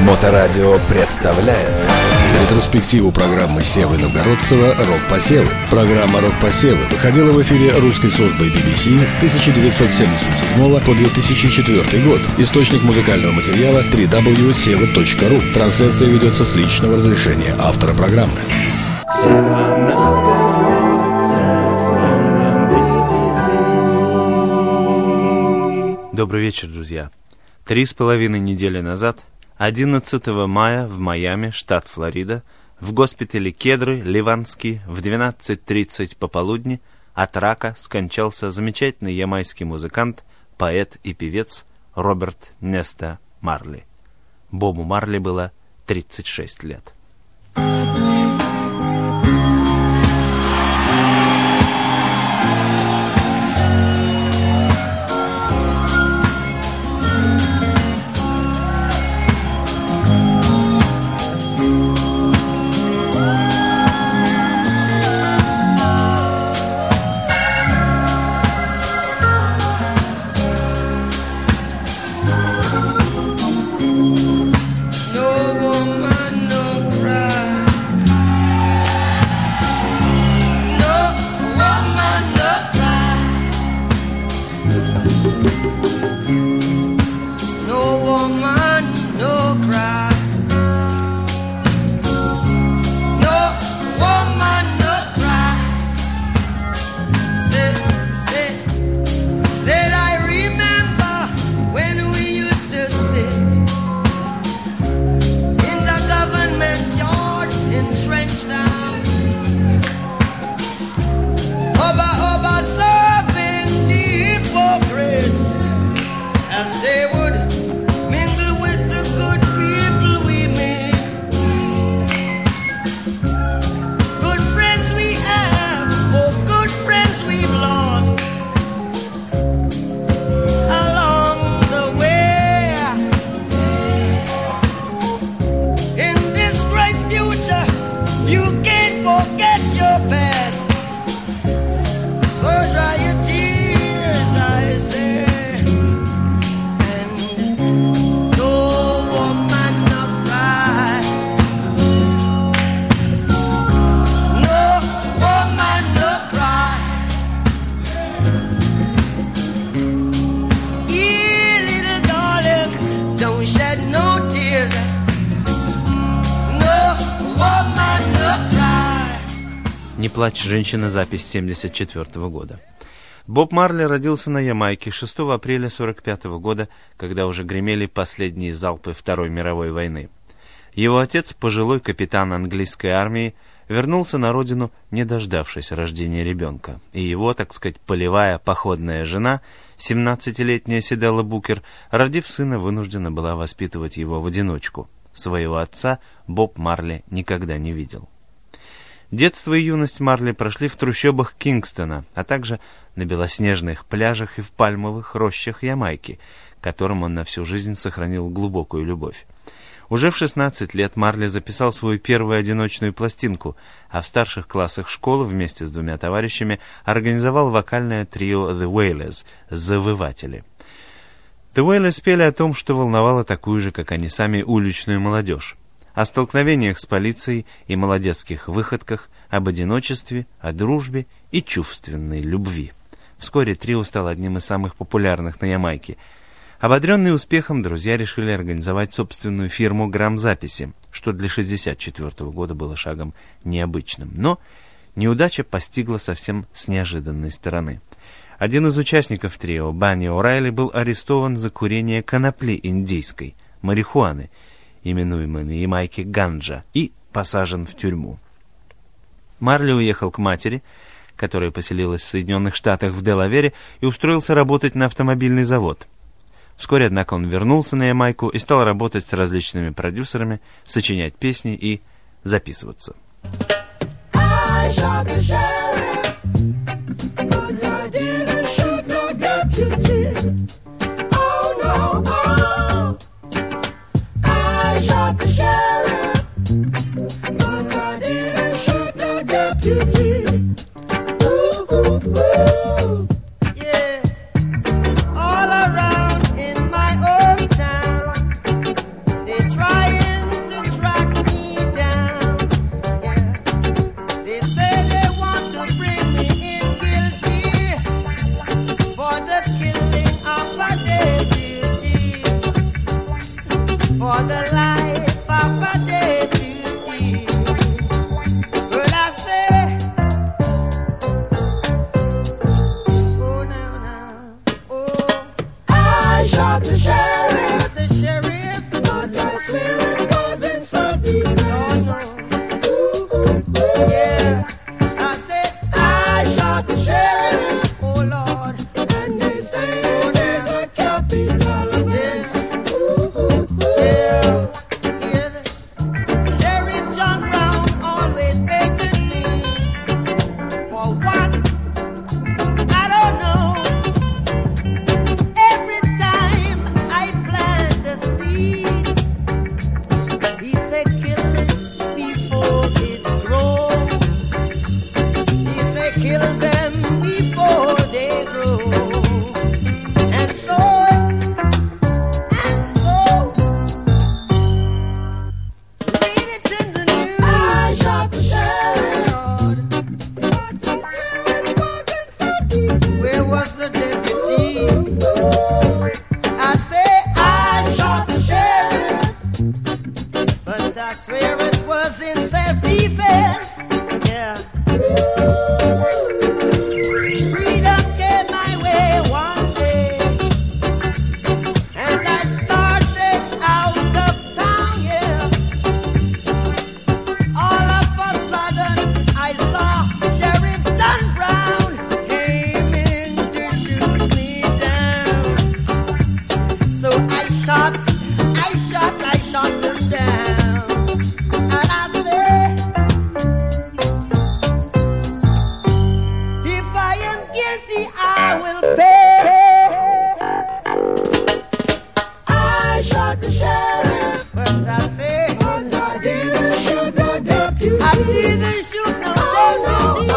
Моторадио представляет ретроспективу программы Севы Новгородцева «Рок-посевы». Программа «Рок-посевы» выходила в эфире русской службой BBC с 1977 по 2004 год. Источник музыкального материала www.seva.ru. Трансляция ведется с личного разрешения автора программы. Добрый вечер, друзья. 3,5 недели назад, 11 мая в Майами, штат Флорида, в госпитале Кедры, Ливанский, в 12:30 пополудни от рака скончался замечательный ямайский музыкант, поэт и певец Роберт Неста Марли. Бобу Марли было 36 лет. «Не плачь, женщина», запись 1974 года. Боб Марли родился на Ямайке 6 апреля 1945 года, когда уже гремели последние залпы Второй мировой войны. Его отец, пожилой капитан английской армии, вернулся на родину, не дождавшись рождения ребенка, и его, так сказать, полевая походная жена, 17-летняя Седелла Букер, родив сына, вынуждена была воспитывать его в одиночку. Своего отца Боб Марли никогда не видел. Детство и юность Марли прошли в трущобах Кингстона, а также на белоснежных пляжах и в пальмовых рощах Ямайки, к которым он на всю жизнь сохранил глубокую любовь. Уже в 16 лет Марли записал свою первую одиночную пластинку, а в старших классах школы вместе с двумя товарищами организовал вокальное трио The Wailers – «Завыватели». The Wailers пели о том, что волновало такую же, как они сами, уличную молодежь. О столкновениях с полицией и молодецких выходках, об одиночестве, о дружбе и чувственной любви. Вскоре трио стало одним из самых популярных на Ямайке. Ободренные успехом, друзья решили организовать собственную фирму грамзаписи, что для 1964 года было шагом необычным. Но неудача постигла совсем с неожиданной стороны. Один из участников трио, Банни О'Райли, был арестован за курение конопли индийской, марихуаны, именуемой на Ямайке ганджа, и посажен в тюрьму. Марли уехал к матери, которая поселилась в Соединенных Штатах в Делавере, и устроился работать на автомобильный завод. Вскоре, однако, он вернулся на Ямайку и стал работать с различными продюсерами, сочинять песни и записываться. All around in my hometown, they trying for the life of a deputy. Well, I say, oh, now, oh, I shot the sheriff, but I swear it wasn't self-defense. Yeah, I said, I shot the sheriff, oh Lord, and they say there's a capital offense. Yeah, yeah, Sheriff John Brown always hated me. For what? I don't know. Every time I plant a seed, he said kill it before it grows. He said kill them before they grow. And so, read it in the news. I shot the sheriff, but he said it wasn't self-defense. Where was the deputy? I say I shot the sheriff, but I swear it was in self-defense. Yeah. Freedom came my way one day, and I started out of town, yeah. All of a sudden, I saw Sheriff John Brown came in to shoot me down. So I shot him down. And I said, if I am guilty, I will pay. I shot the sheriff, but I say, I didn't shoot no deputy. I didn't shoot no deputy.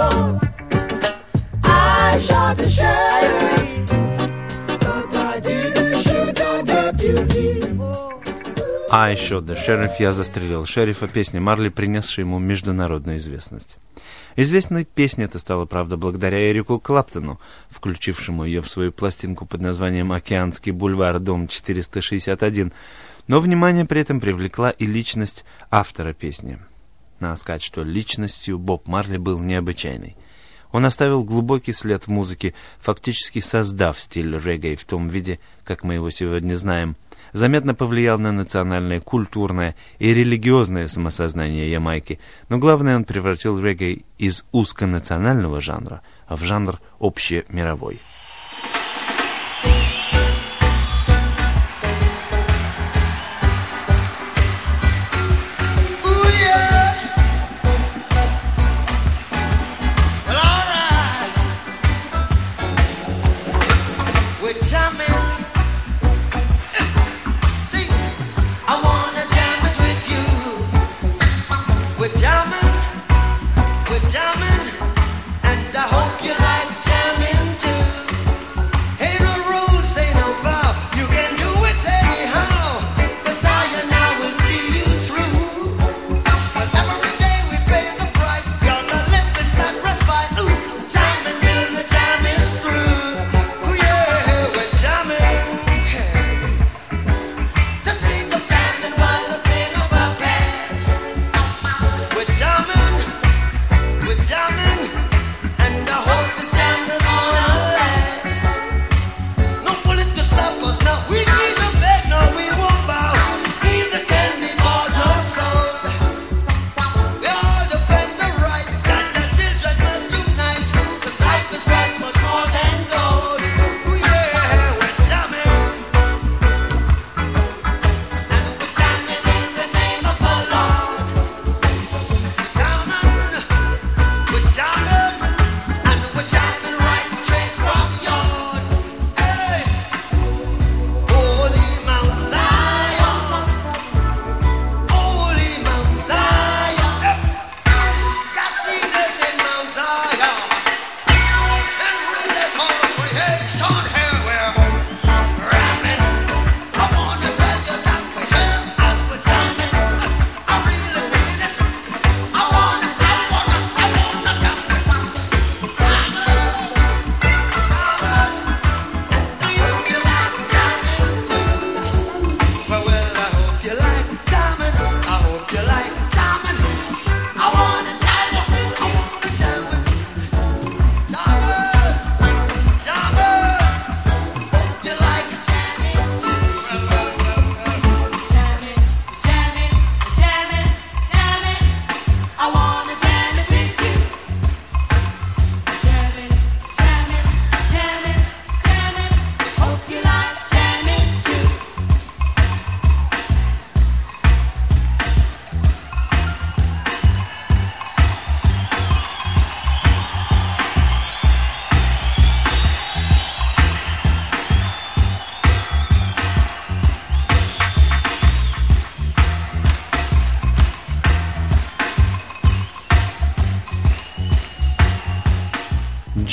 I shot the sheriff, but I didn't shoot no deputy. «I shot the sheriff», «Я застрелил шерифа», песня Марли, принесшая ему международную известность. Известной песней это стало, правда, благодаря Эрику Клаптону, включившему ее в свою пластинку под названием «Океанский бульвар, дом 461», но внимание при этом привлекла и личность автора песни. Надо сказать, что личностью Боб Марли был необычайный. Он оставил глубокий след в музыке, фактически создав стиль регgae в том виде, как мы его сегодня знаем. Заметно повлиял на национальное, культурное и религиозное самосознание Ямайки, но главное, он превратил реггаe из узконационального жанра в жанр общемировой. We're jamming, and I hope you like jamming too.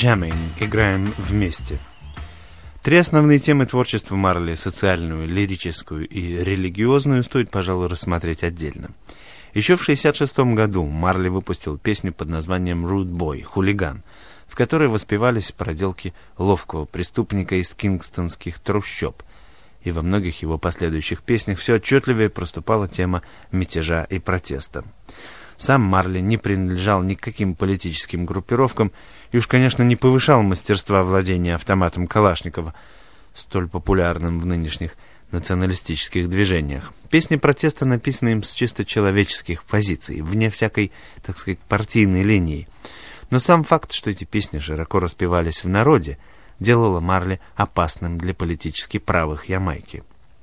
Jamming – играем вместе. Три основные темы творчества Марли – социальную, лирическую и религиозную – стоит, пожалуй, рассмотреть отдельно. Еще в 1966 году Марли выпустил песню под названием «Rude Boy» – «Хулиган», в которой воспевались проделки ловкого преступника из кингстонских трущоб. И во многих его последующих песнях все отчетливее проступала тема мятежа и протеста. Сам Марли не принадлежал ни к каким политическим группировкам и уж, конечно, не повышал мастерства владения автоматом Калашникова, столь популярным в нынешних националистических движениях. Песни протеста написаны им с чисто человеческих позиций, вне всякой, так сказать, партийной линии. Но сам факт, что эти песни широко распевались в народе, делало Марли опасным для политически правых Ямайки.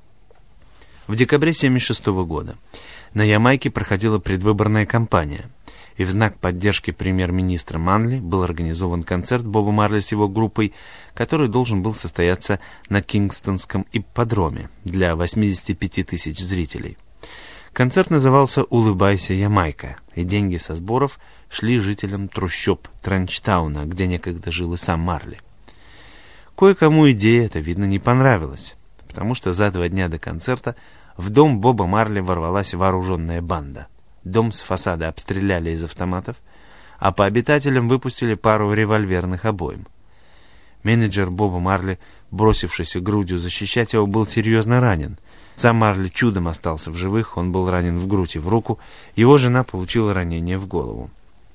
В декабре 1976 года на Ямайке проходила предвыборная кампания, и в знак поддержки премьер-министра Манли был организован концерт Боба Марли с его группой, который должен был состояться на Кингстонском ипподроме для 85 тысяч зрителей. Концерт назывался «Улыбайся, Ямайка», и деньги со сборов шли жителям трущоб Тренчтауна, где некогда жил и сам Марли. Кое-кому идея эта, видно, не понравилась, потому что за 2 дня до концерта в дом Боба Марли ворвалась вооруженная банда. Дом с фасада обстреляли из автоматов, а по обитателям выпустили пару револьверных обоим. Менеджер Боба Марли, бросившийся грудью защищать его, был серьезно ранен. Сам Марли чудом остался в живых, он был ранен в грудь и в руку, его жена получила ранение в голову.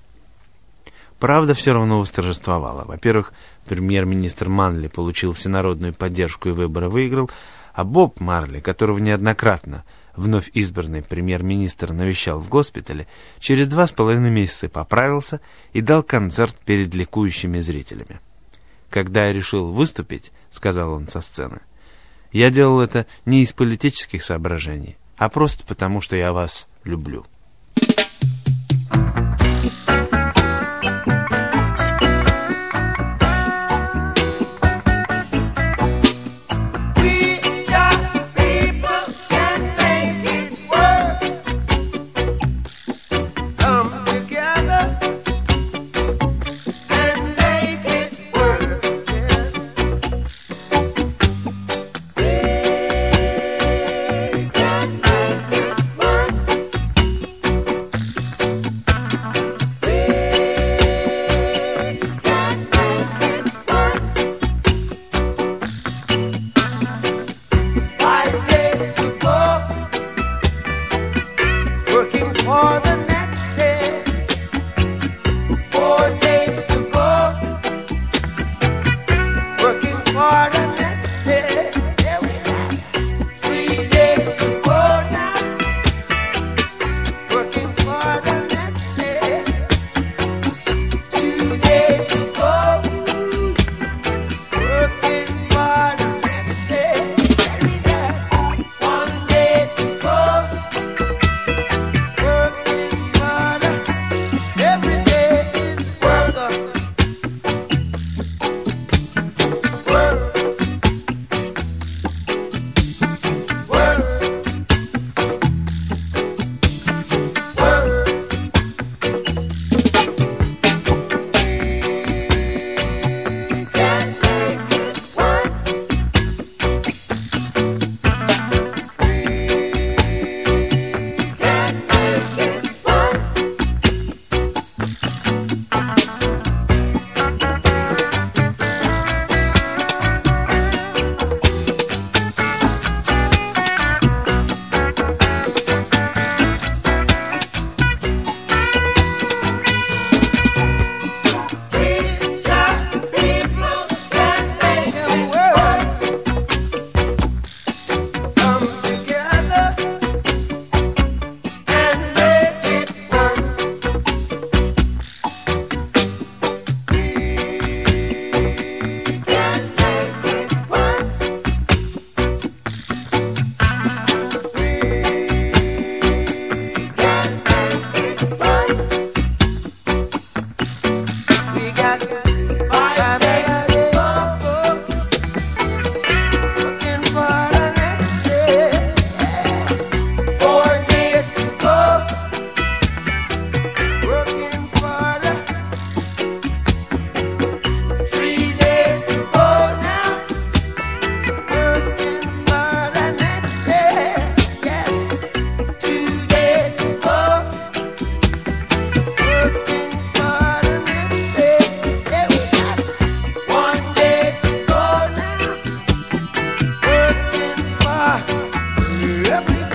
Правда все равно восторжествовала. Во-первых, премьер-министр Манли получил всенародную поддержку и выборы выиграл, а Боб Марли, которого неоднократно вновь избранный премьер-министр навещал в госпитале, через 2,5 месяца поправился и дал концерт перед ликующими зрителями. «Когда я решил выступить, — сказал он со сцены, — я делал это не из политических соображений, а просто потому, что я вас люблю».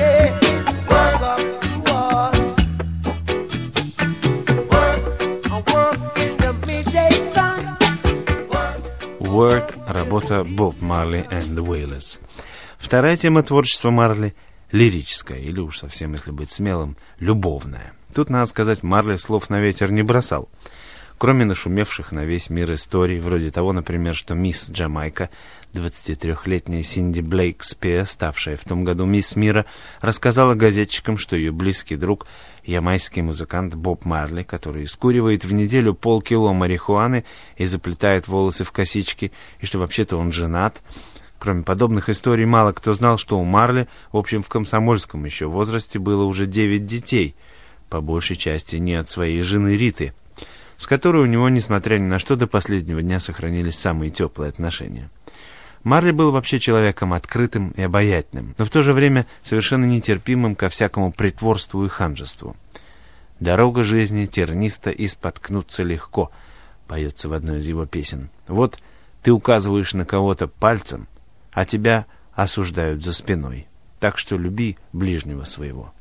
day is work of the war. Work in the midday sun. Work – работа Боб Марли and the Wailers. Вторая тема творчества Марли – лирическая, или уж совсем, если быть смелым, любовная. Тут, надо сказать, Марли слов на ветер не бросал. Кроме нашумевших на весь мир историй, вроде того, например, что мисс Джамайка, 23-летняя Синди Блейкспир, ставшая в том году мисс мира, рассказала газетчикам, что ее близкий друг, ямайский музыкант Боб Марли, который скуривает в неделю полкило марихуаны и заплетает волосы в косички, и что вообще-то он женат. Кроме подобных историй, мало кто знал, что у Марли, в общем, в комсомольском еще возрасте было уже 9 детей, по большей части не от своей жены Риты, с которой у него, несмотря ни на что, до последнего дня сохранились самые теплые отношения. Марли был вообще человеком открытым и обаятельным, но в то же время совершенно нетерпимым ко всякому притворству и ханжеству. «Дорога жизни терниста и споткнуться легко», поется в одной из его песен. «Вот ты указываешь на кого-то пальцем, а тебя осуждают за спиной. Так что люби ближнего своего».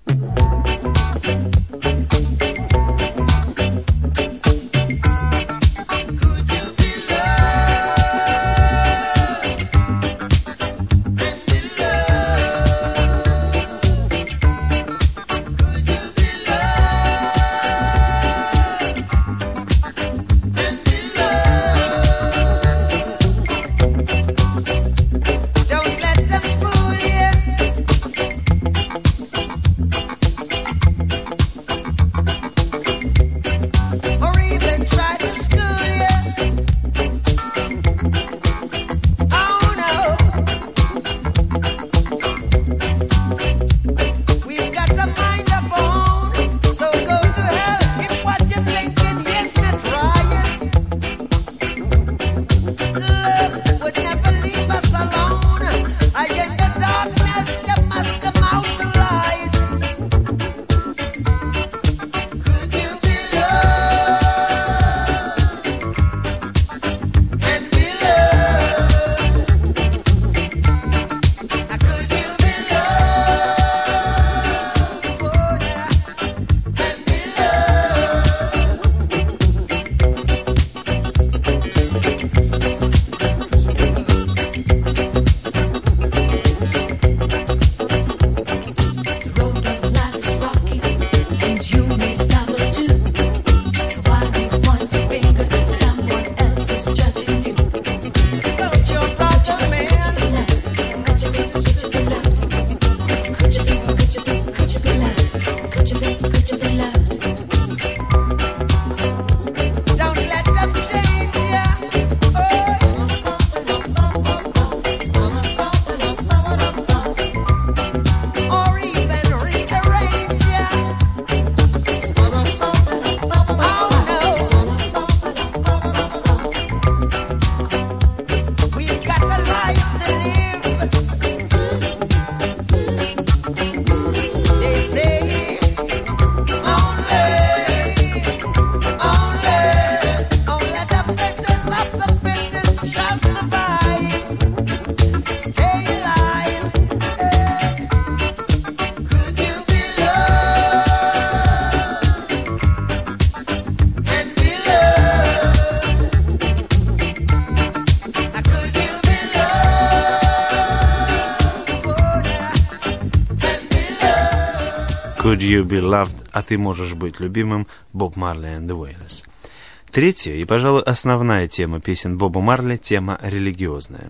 Could You Be Loved, а ты можешь быть любимым, Боб Марли and the Wailers. Третья и, пожалуй, основная тема песен Боба Марли – тема религиозная.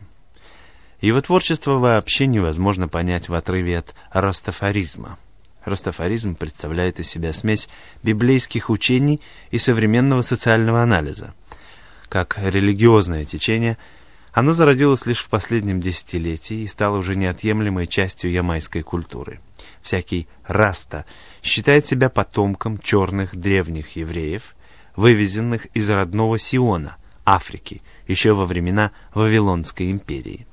Его творчество вообще невозможно понять в отрыве от растафаризма. Растафаризм представляет из себя смесь библейских учений и современного социального анализа. Как религиозное течение, оно зародилось лишь в последнем десятилетии и стало уже неотъемлемой частью ямайской культуры. Всякий раста считает себя потомком черных древних евреев, вывезенных из родного Сиона, Африки, еще во времена Вавилонской империи.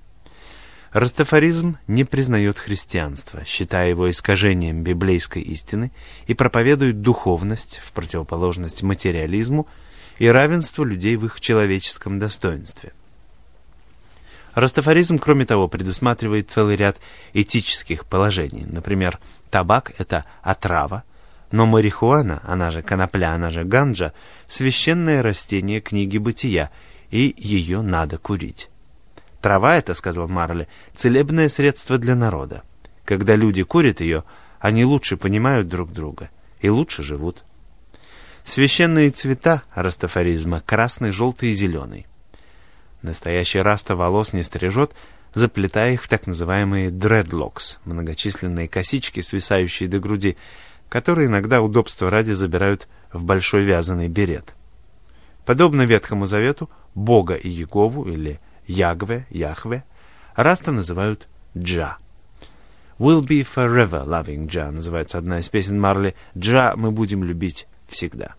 Растафаризм не признает христианство, считая его искажением библейской истины, и проповедует духовность в противоположность материализму и равенство людей в их человеческом достоинстве. Растафаризм, кроме того, предусматривает целый ряд этических положений. Например, табак – это отрава, но марихуана, она же конопля, она же ганджа, священное растение книги бытия, и ее надо курить. Трава – это, сказал Марли, целебное средство для народа. Когда люди курят ее, они лучше понимают друг друга и лучше живут. Священные цвета растафаризма – красный, желтый и зеленый. Настоящий раста волос не стрижет, заплетая их в так называемые dreadlocks, многочисленные косички, свисающие до груди, которые иногда удобства ради забирают в большой вязаный берет. Подобно Ветхому Завету, Бога и Иегову, или Яхве, раста называют Джа. «We'll be forever loving Jah» называется одна из песен Марли. «Джа мы будем любить всегда».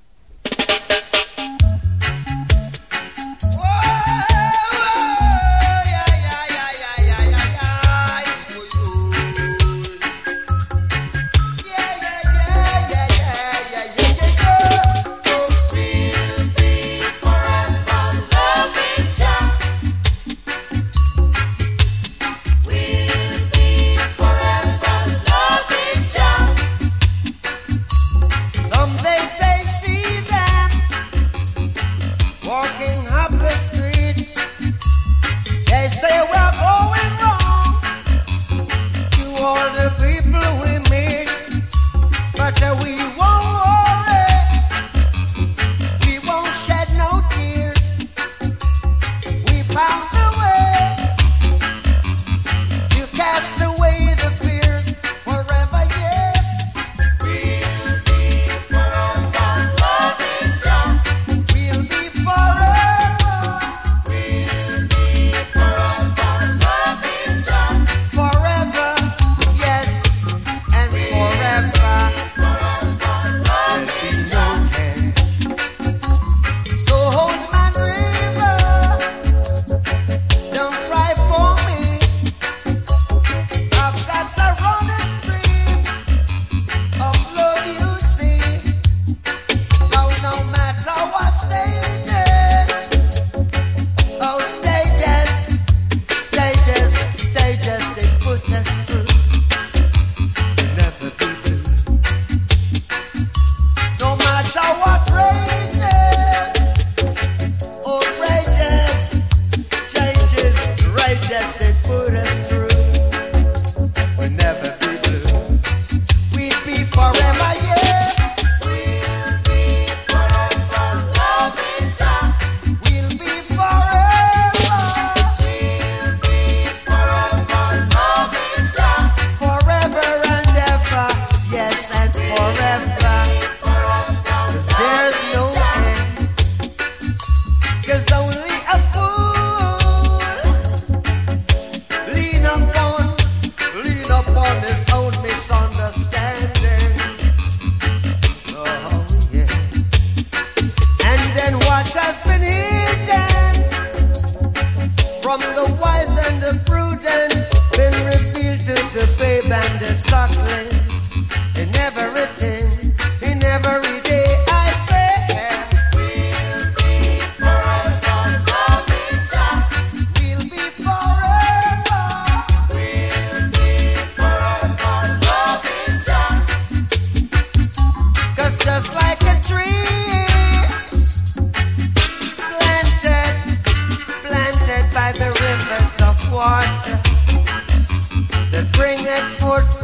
Water that bringeth forth